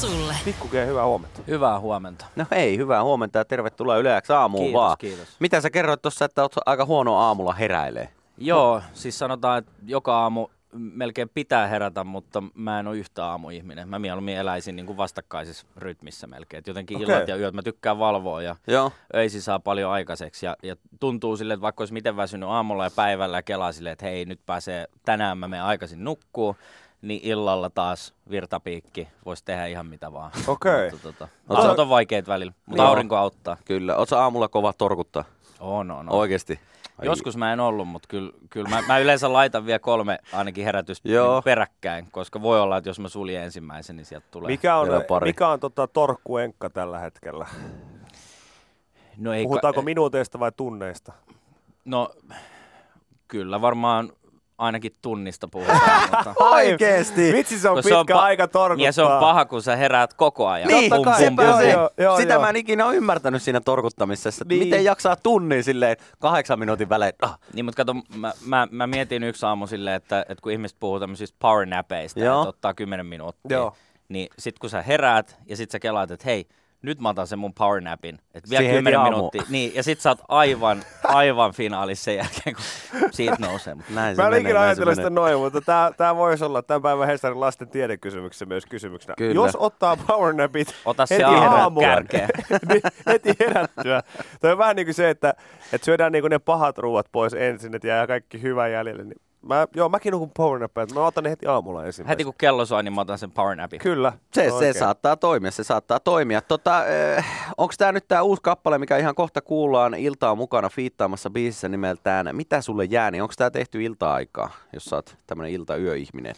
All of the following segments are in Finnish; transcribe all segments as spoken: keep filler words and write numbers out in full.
sulle. Pikku G, hyvää huomenta. Hyvää huomenta. No hei, hyvää huomenta ja tervetuloa Yle X aamuun Kiitos, vaan. kiitos. Mitä sä kerroit tuossa, että oot aika huono aamulla heräilee? Joo, siis sanotaan, että joka aamu melkein pitää herätä, mutta mä en ole yhtä aamuihminen. Mä mieluummin eläisin niin kuin vastakkaisessa rytmissä melkein. Et jotenkin Okei. illat ja yöt mä tykkään valvoa ja Joo. öisin saa paljon aikaiseksi. Ja, ja tuntuu silleen, että vaikka olisi miten väsynyt aamulla ja päivällä ja kelaa silleen, että hei, nyt pääsee, tänään mä menen aikaisin nukkuu, niin illalla taas virtapiikki, voisi tehdä ihan mitä vaan. Okei. Mutta, tota, Oot sä- aamut on vaikeat välillä, mutta Joo. aurinko auttaa. Kyllä. Oot sä aamulla kova torkuttaa? On, on, on. Oikeesti? Ai. Joskus mä en ollut, mutta kyllä, kyllä mä, mä yleensä laitan vielä kolme ainakin herätystä Joo. niin peräkkäin, koska voi olla, että jos mä suljen ensimmäisen, niin sieltä tulee. Mikä on, Vielä pari. mikä on tota torkkuenkka tällä hetkellä? No, ei, Puhutaanko minuuteista vai tunneista? No kyllä varmaan ainakin tunnista puhutaan. mutta, Oikeesti? Vitsi, se on Kun se on pitkä pa- aika torkuttaa. ja se on paha, kun sä heräät koko ajan. Niin, Pum, pum, sepä pum, se. Joo, joo, Sitä joo. mä en ikinä ole ymmärtänyt siinä torkuttamisessa. Niin. Miten jaksaa tunnin silleen kahdeksan minuutin välein? Ah. Niin, mutta kato, mä, mä, mä mietin yksi aamu silleen, että, että kun ihmiset puhuu tämmöisistä power napeista, Joo. että ottaa kymmenen minuuttia, Joo. niin sit kun sä heräät ja sit sä kelaat, että hei, nyt mä otan sen mun power napin, että vielä Siihen kymmenen heti aamuun. minuuttia, niin, ja sit sä oot aivan, aivan finaalissa sen jälkeen, kun siitä nousee. Näin se Mä en menee, ikinä näin se ajatellut menee. sitä noin, mutta tää, tää voisi olla tämän päivän Hesarin lasten tiedekysymyksessä myös kysymyksenä. Kyllä. Jos ottaa powernapit Ota se heti aamulla aamulla, kärkeen. niin heti herättyä. Toi on vähän niin kuin se, että, että syödään niin kuin ne pahat ruuat pois ensin, että jää kaikki hyvä jäljelle. Niin mä, joo, mäkin nukun powernapia, mä otan ne heti aamulla ensin. Heti kun kello soi, niin mä otan sen power napin. Kyllä. Se, se oikein. saattaa toimia, se saattaa toimia. Tota, äh, onko tämä nyt tämä uusi kappale, mikä ihan kohta kuullaan, Iltaa mukana fiittaamassa biisissä nimeltään Mitä sulle jää, niin onko tämä tehty ilta-aikaa, jos sä oot tämmöinen ilta-yöihminen?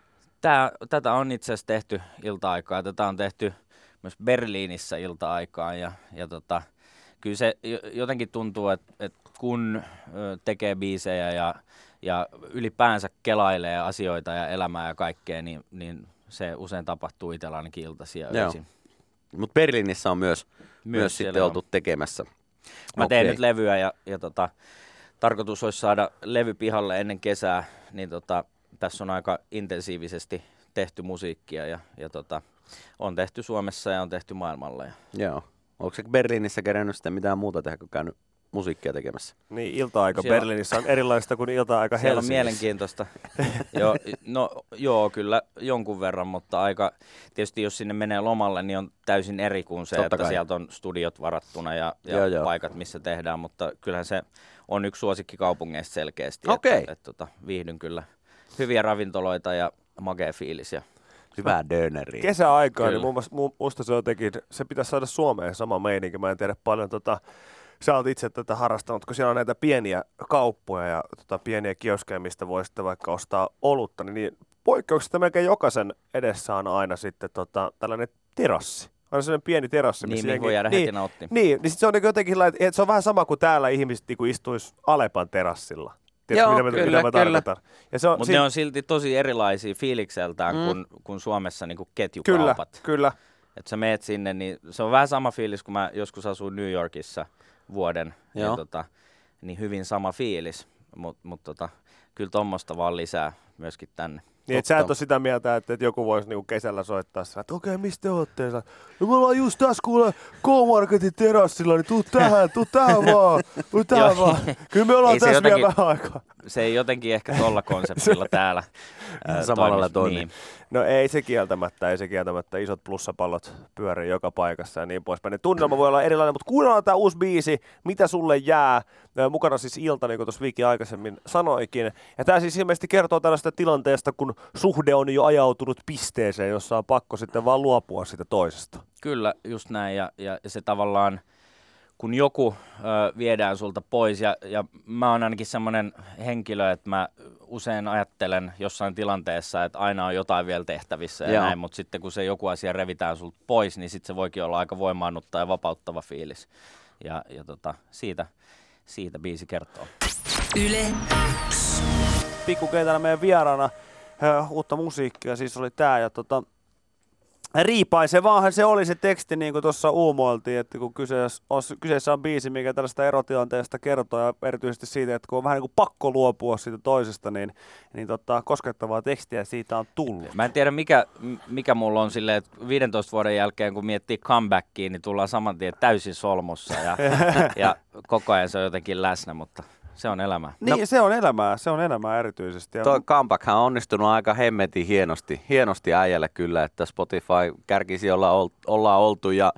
Tää, tätä on itse asiassa tehty ilta-aikaa. Tätä on tehty myös Berliinissä ilta-aikaan. Ja, ja tota, kyllä se jo- jotenkin tuntuu, että, että kun ö, tekee biisejä ja, ja ylipäänsä kelailee asioita ja elämää ja kaikkea, niin, niin se usein tapahtuu itsellä ainakin iltaisin ja Joo. öisin. Mutta Berliinissä on myös, myös, myös siellä sitten on. oltu tekemässä. Mä teen Okei. nyt levyä ja, ja tota, tarkoitus olisi saada levy pihalle ennen kesää, niin tota, tässä on aika intensiivisesti tehty musiikkia ja, ja tota, on tehty Suomessa ja on tehty maailmalla. Ja Joo. Onko se Berliinissä kerennyt sitten mitään muuta tehdä kuin käynyt musiikkia tekemässä? Niin, ilta-aika Siellä- Berliinissä on erilaista kuin ilta-aika siellä on Helsingissä. mielenkiintoista. joo, no joo, kyllä jonkun verran, mutta aika, tietysti jos sinne menee lomalle, niin on täysin eri kuin se, Totta että kai. sieltä on studiot varattuna ja, ja Joo, joo. paikat, missä tehdään, mutta kyllähän se on yksi suosikki kaupungeista selkeästi. Okei. Että, että, tota, viihdyn kyllä. Hyviä ravintoloita ja makea fiilis. Ja Hyvää döneriä. Kesäaikaa, niin Kyllä. muun muassa, mu- musta se on jotenkin, se pitäisi saada Suomeen sama meininki. Mä en tiedä paljon, tota, sä oot itse tätä harrastanut, kun siellä on näitä pieniä kauppoja ja tota, pieniä kioskeja, mistä voi sitten vaikka ostaa olutta, niin, niin poikkeuksesta melkein jokaisen edessä on aina sitten tota, tällainen terassi. Aina sellainen pieni terassi. niin, missä mihin jengi- voi jäädä niin, heti nauttimaan. Niin, niin sit se on niinku jotenkin, lait- että se on vähän sama kuin täällä ihmiset niinku istuis Alepan terassilla. Tiedätkö, Joo, mitä, mä- kyllä, mitä mä kyllä. tarkoitan? Ja se on, Mutta sit- ne on silti tosi erilaisia fiilikseltään Mm. mm. kuin, kuin Suomessa niin kuin Kyllä, ketjukaupat. kyllä. Että sä meet sinne, niin se on vähän sama fiilis, kun mä joskus asuin New Yorkissa vuoden. Joo. Niin, tota, niin hyvin sama fiilis, mutta mut, tota, kyllä tuommoista vaan lisää myöskin tänne. Niin, että sä et Totta. ole sitä mieltä, että, että joku voisi niinku kesällä soittaa sillä, että okei, mistä te ootte? Ja sä, no me ollaan just tässä kuule K-Marketin terassilla, niin tuu tähän, tuu tähän vaan, tuu tähän Joo. vaan. Kyllä me ollaan Ei se tässä vielä jotenkin- vähän aikaa. Se ei jotenkin ehkä tuolla konseptilla täällä ää, Samalla toimisi. toimii. Niin. No ei se kieltämättä, ei se kieltämättä. Isot plussapallot pyörii joka paikassa ja niin poispäin. Ne tunnelma voi olla erilainen, mutta kuunnellaan tämä uusi biisi, Mitä sulle jää. Mukana siis Ilta, niin kuin tuossa Viki aikaisemmin sanoikin. Ja tämä siis ilmeisesti kertoo tällaista tilanteesta, kun suhde on jo ajautunut pisteeseen, jossa on pakko sitten vaan luopua siitä toisesta. Kyllä, just näin. Ja, ja se tavallaan, kun joku ö, viedään sulta pois, ja, ja mä oon ainakin semmoinen henkilö, että mä usein ajattelen jossain tilanteessa, että aina on jotain vielä tehtävissä ja Joo. näin, mutta sitten kun se joku asia revitään sulta pois, niin sitten se voikin olla aika voimaannuttaa ja vapauttava fiilis. Ja, ja tota, siitä, siitä biisi kertoo. Yle Pikku G täällä meidän vieraana. Äh, uutta musiikkia siis oli tää ja tota, Riipaisevaahan se oli se teksti, niin kuin tuossa uumoiltiin, että kun kyseessä on, kyseessä on biisi, mikä tällaista erotilanteesta kertoo, ja erityisesti siitä, että kun on vähän niin kuin pakko luopua siitä toisesta, niin, niin tota, koskettavaa tekstiä siitä on tullut. Mä en tiedä, mikä, mikä mulla on silleen, että viidentoista vuoden jälkeen, kun miettii comebackia, niin tullaan saman tien täysin solmussa, ja, ja koko ajan se on jotenkin läsnä, mutta se on elämää. Niin, no, se on elämää, se on elämää erityisesti. Tuo comebackhan on onnistunut aika hemmetin hienosti, hienosti äijälle kyllä, että Spotify kärkisi olla, ollaan oltu ja,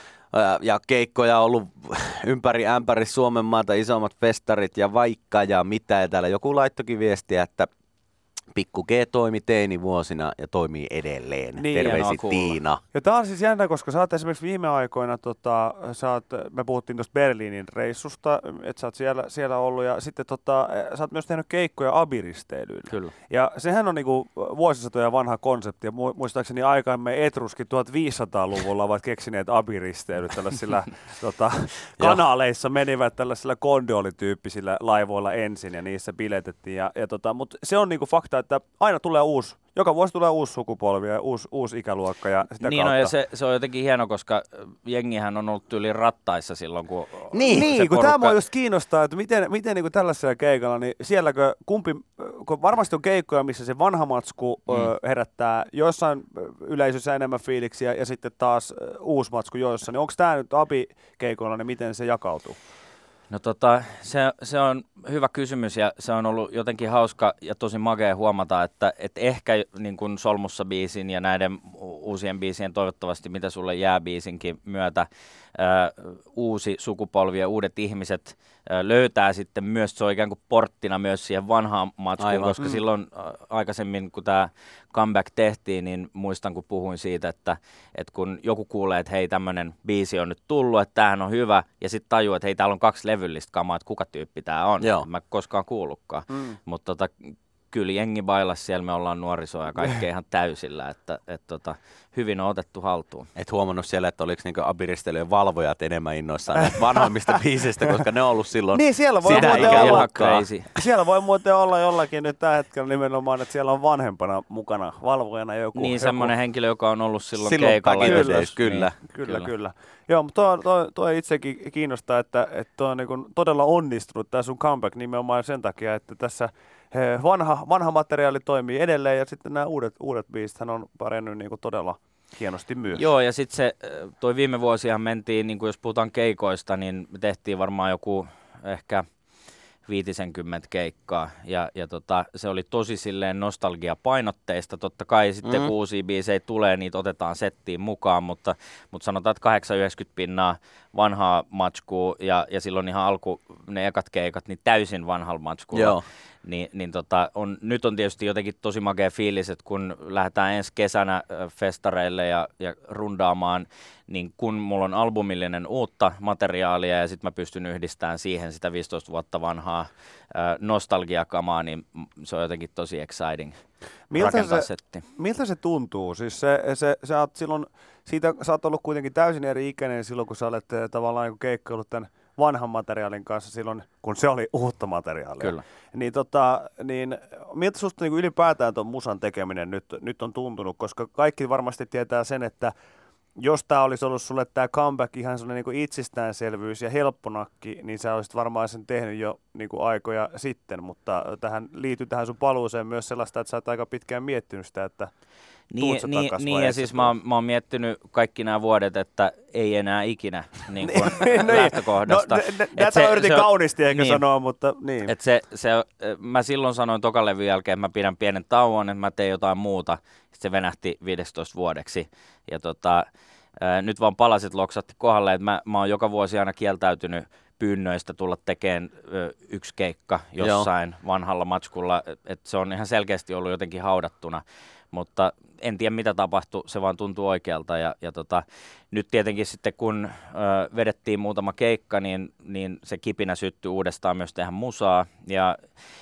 ja keikkoja on ollut ympäri ämpäri Suomen maata, isommat festarit ja vaikka ja mitä. Ja täällä joku laittokin viestiä, että Pikku G toimi teinivuosina ja toimii edelleen. Niin, terveisin Tiina. Ja tää on siis jännä, koska sä oot esimerkiksi viime aikoina, tota, sä oot, me puhuttiin tuosta Berliinin reissusta, että sä oot siellä, siellä ollut ja sitten tota, sä oot myös tehnyt keikkoja abiristeilyillä. Kyllä. Ja sehän on niinku vuosisatoja vanha konsepti ja muistaakseni aikamme etruskin tuhatviisisataaluvulla ovat keksineet abiristeilyt tällaisilla tota, kanaleissa menivät tällaisilla kondoolityyppisillä laivoilla ensin ja niissä biletettiin. Ja, ja tota, mutta se on niinku fakta, että aina tulee uusi, joka vuosi tulee uusi sukupolvi ja uusi, uusi ikäluokka ja sitä niin kautta. No, ja se, se on jotenkin hieno, koska jengihän on ollut yli rattaissa silloin, kun Niin, niin kun porukka... tämä just kiinnostaa, että miten, miten niin kuin tällaisella keikalla, niin sielläkö kumpi, kun varmasti on keikkoja, missä se vanha matsku mm. ö, herättää joissain yleisössä enemmän fiiliksiä ja sitten taas ö, uusi matsku joissa, niin onko tämä nyt abi-keikoilla, niin miten se jakautuu? No tota, se, se on hyvä kysymys ja se on ollut jotenkin hauska ja tosi makea huomata, että, että ehkä niin kuin Solmussa biisin ja näiden uusien biisien toivottavasti mitä sulle jää biisinkin myötä ää, uusi sukupolvi ja uudet ihmiset ää, löytää sitten myös, se on ikään kuin porttina myös siihen vanhaan matskuun, Aivan. koska mm. silloin ä, aikaisemmin kun tämä comeback tehtiin, niin muistan kun puhuin siitä, että, että kun joku kuulee, että hei tämmöinen biisi on nyt tullut, että tämähän on hyvä ja sitten tajuu, että hei täällä on kaksi levyllistä kamaa, että kuka tyyppi tämä on. Joo. Mä en koskaan kuullutkaan, mm. mutta tota, kyllä jengi bailas siellä, me ollaan nuorisoa ja kaikkea ihan täysillä, että et tota, hyvin on otettu haltuun. Et huomannut siellä, että oliko niinku abiristelyjen valvojat enemmän innoissaan näistä vanhoimmista biisistä, koska ne on ollut silloin niin, siellä voi sitä ikäluokkaa. Siellä voi muuten olla jollakin nyt tällä hetkellä nimenomaan, että siellä on vanhempana mukana valvojana joku. Niin, joku. semmoinen henkilö, joka on ollut silloin, silloin keikalla. Kyllä, kyllä, kyllä, niin, kyllä, kyllä, kyllä. Joo, mutta toi, toi, toi itsekin kiinnostaa, että, että toi on niin todella onnistunut tämä sun comeback nimenomaan sen takia, että tässä vanha, vanha materiaali toimii edelleen ja sitten nämä uudet, uudet biisit on pärjännyt niin todella hienosti myös. Joo, ja sitten se, toi viime vuosihan mentiin, niin kuin jos puhutaan keikoista, niin me tehtiin varmaan joku ehkä viitisenkymmentä keikkaa, ja, ja tota, se oli tosi silleen nostalgiapainotteista. Totta kai sitten mm. kun uusia biisejä tulee, niitä otetaan settiin mukaan, mutta, mutta sanotaan, että kahdeksankymmentä yhdeksänkymmentä pinnaa vanhaa matskua, ja, ja silloin ihan alku ne ekat keikat, niin täysin vanhalla matskulla. Joo. Niin, niin tota, on, nyt on tietysti jotenkin tosi makea fiilis, että kun lähdetään ensi kesänä festareille ja, ja rundaamaan, niin kun mulla on albumillinen uutta materiaalia ja sitten mä pystyn yhdistämään siihen sitä viisitoista vuotta vanhaa äh, nostalgiakamaa, niin se on jotenkin tosi exciting miltä rakentaa se, setti. Miltä se tuntuu? Siis se, se, sä oot silloin, siitä, sä oot ollut kuitenkin täysin eri ikäinen silloin, kun sä olet tavallaan niin keikkaillut tämän vanhan materiaalin kanssa silloin, kun se oli uutta materiaalia. Kyllä. Niin, tota, niin miltä susta niin ylipäätään tuon musan tekeminen nyt, nyt on tuntunut, koska kaikki varmasti tietää sen, että jos tämä olisi ollut sulle tämä comeback ihan sellainen niin itsestäänselvyys ja helpponakki, niin sä olisit varmaan sen tehnyt jo niin kuin aikoja sitten, mutta tähän liittyy tähän sun paluuseen myös sellaista, että sä oot aika pitkään miettinyt sitä, että Niin, niin, niin ja siis mä oon, mä oon miettinyt kaikki nämä vuodet, että ei enää ikinä niin kuin lähtökohdasta. No, tätä mä yritin kauniisti ehkä niin, sanoa, mutta niin. Et se, se, mä silloin sanoin tokan levyn jälkeen, että mä pidän pienen tauon, että mä teen jotain muuta. Sitten se venähti viisitoista vuodeksi. Ja tota, ää, nyt vaan palaset loksatti kohdalle, että mä, mä oon joka vuosi aina kieltäytynyt pyynnöistä tulla tekemään ö, yksi keikka jossain Joo. vanhalla matskulla. Että se on ihan selkeästi ollut jotenkin haudattuna. Mutta en tiedä mitä tapahtui, se vaan tuntuu oikealta ja, ja tota, nyt tietenkin sitten kun ö, vedettiin muutama keikka, niin, niin se kipinä syttyi uudestaan myös tehdä musaa ja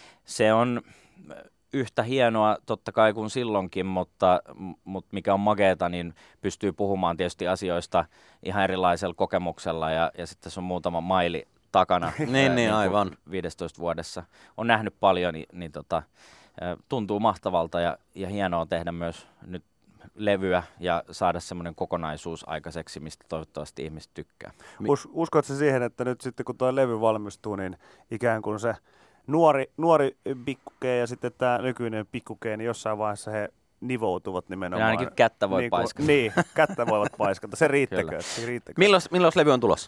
se on yhtä hienoa totta kai kuin silloinkin, mutta, mutta mikä on makeeta, niin pystyy puhumaan tietysti asioista ihan erilaisella kokemuksella ja, ja sitten se on muutama maili takana niin, niin, niin aivan. viisitoista vuodessa. On nähnyt paljon, niin, niin tota, tuntuu mahtavalta ja, ja hienoa tehdä myös nyt levyä ja saada semmoinen kokonaisuus aikaiseksi, mistä toivottavasti ihmiset tykkää. Us, uskotko siihen, että nyt sitten kun tuo levy valmistuu, niin ikään kuin se nuori, nuori pikkukee ja sitten tämä nykyinen pikkukee, niin jossain vaiheessa he nivoutuvat nimenomaan. Ja ainakin kättä voi niin kuin, paiskata. Niin, kättä voivat paiskata. Se riittäkö? Se riittäkö? Milloin, milloin levy on tulossa?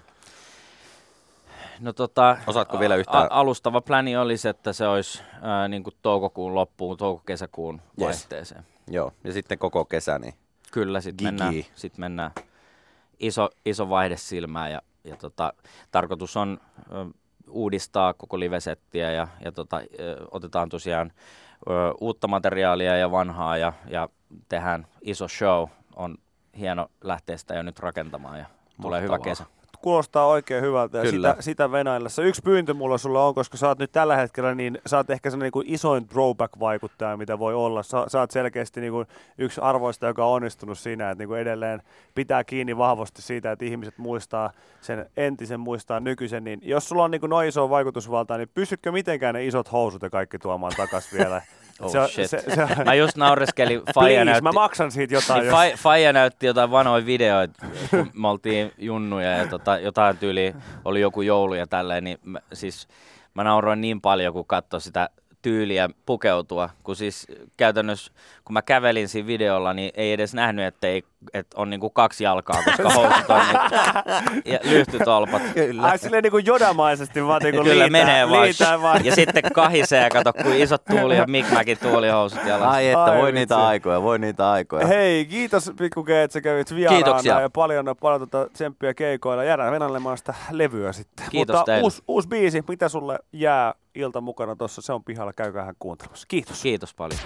No tota, Osaatko vielä yhtään? A- alustava pläni olisi, että se olisi ää, niin kuin toukokuun loppuun, touko-kesäkuun Yes. vaihteeseen. Joo, ja sitten koko kesä, niin Kyllä, sitten Gigi. mennään, sit mennään iso, iso vaihde silmään ja, ja tota, tarkoitus on ö, uudistaa koko livesettiä ja, ja tota, ö, otetaan tosiaan ö, uutta materiaalia ja vanhaa ja, ja tehdään iso show. On hieno lähteä sitä jo nyt rakentamaan ja tulee hyvä kesä. Kuulostaa oikein hyvältä ja Kyllä. sitä, sitä venaillessa. Yksi pyyntö mulla sulla on, koska sä oot nyt tällä hetkellä, niin sä oot ehkä sellainen niin kuin isoin throwback-vaikuttaja, mitä voi olla. Sä, sä oot selkeästi niin kuin yksi arvoista, joka on onnistunut siinä, että niin kuin edelleen pitää kiinni vahvasti siitä, että ihmiset muistaa sen entisen, muistaa nykyisen. Niin jos sulla on niin kuin noin iso vaikutusvalta, niin pystytkö mitenkään ne isot housut ja kaikki tuomaan takaisin vielä? Oh se, shit. Se, se, Mä just naureskelin, Faija please, näytti, mä maksan siitä jotain. niin jos... Fai- Faija näytti jotain vanhoja videoita, kun me oltiin junnuja ja tota, jotain tyyliä, oli joku joulu ja tälleen, niin mä, siis mä nauroin niin paljon, kun katsoi sitä tyyliä pukeutua, kun siis käytännössä, kun mä kävelin siinä videolla, niin ei edes nähnyt, että, ei, että on niinku kaksi jalkaa, koska housut on niin, ja lyhtytolpat. Ai silleen niin kuin jodamaisesti vaan niin kuin Kyllä liitää, menee vaan. liitää vaan. Ja sitten kahisee ja kato, kuin isot tuuli ja Mick Mackin tuulihousut jalassa. ai että Ai voi vitsi. niitä aikoja, voi niitä aikoja. Hei, kiitos Pikku G, että sä kävit vieraana Kiitoksia. ja paljon, paljon tuota tsemppiä keikoilla. Jäädään venailemaan sitä levyä sitten. Kiitos Mutta teille. uusi, uusi biisi, mitä sulle jää ilta mukana tuossa, se on pihalla, käykäähän kuuntelemassa. Kiitos. Kiitos paljon.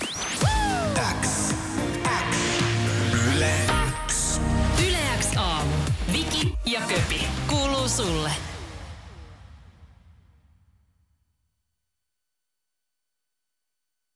X. Yle X. Yle X aamu. Viki ja Köpi. Kuuluu sulle.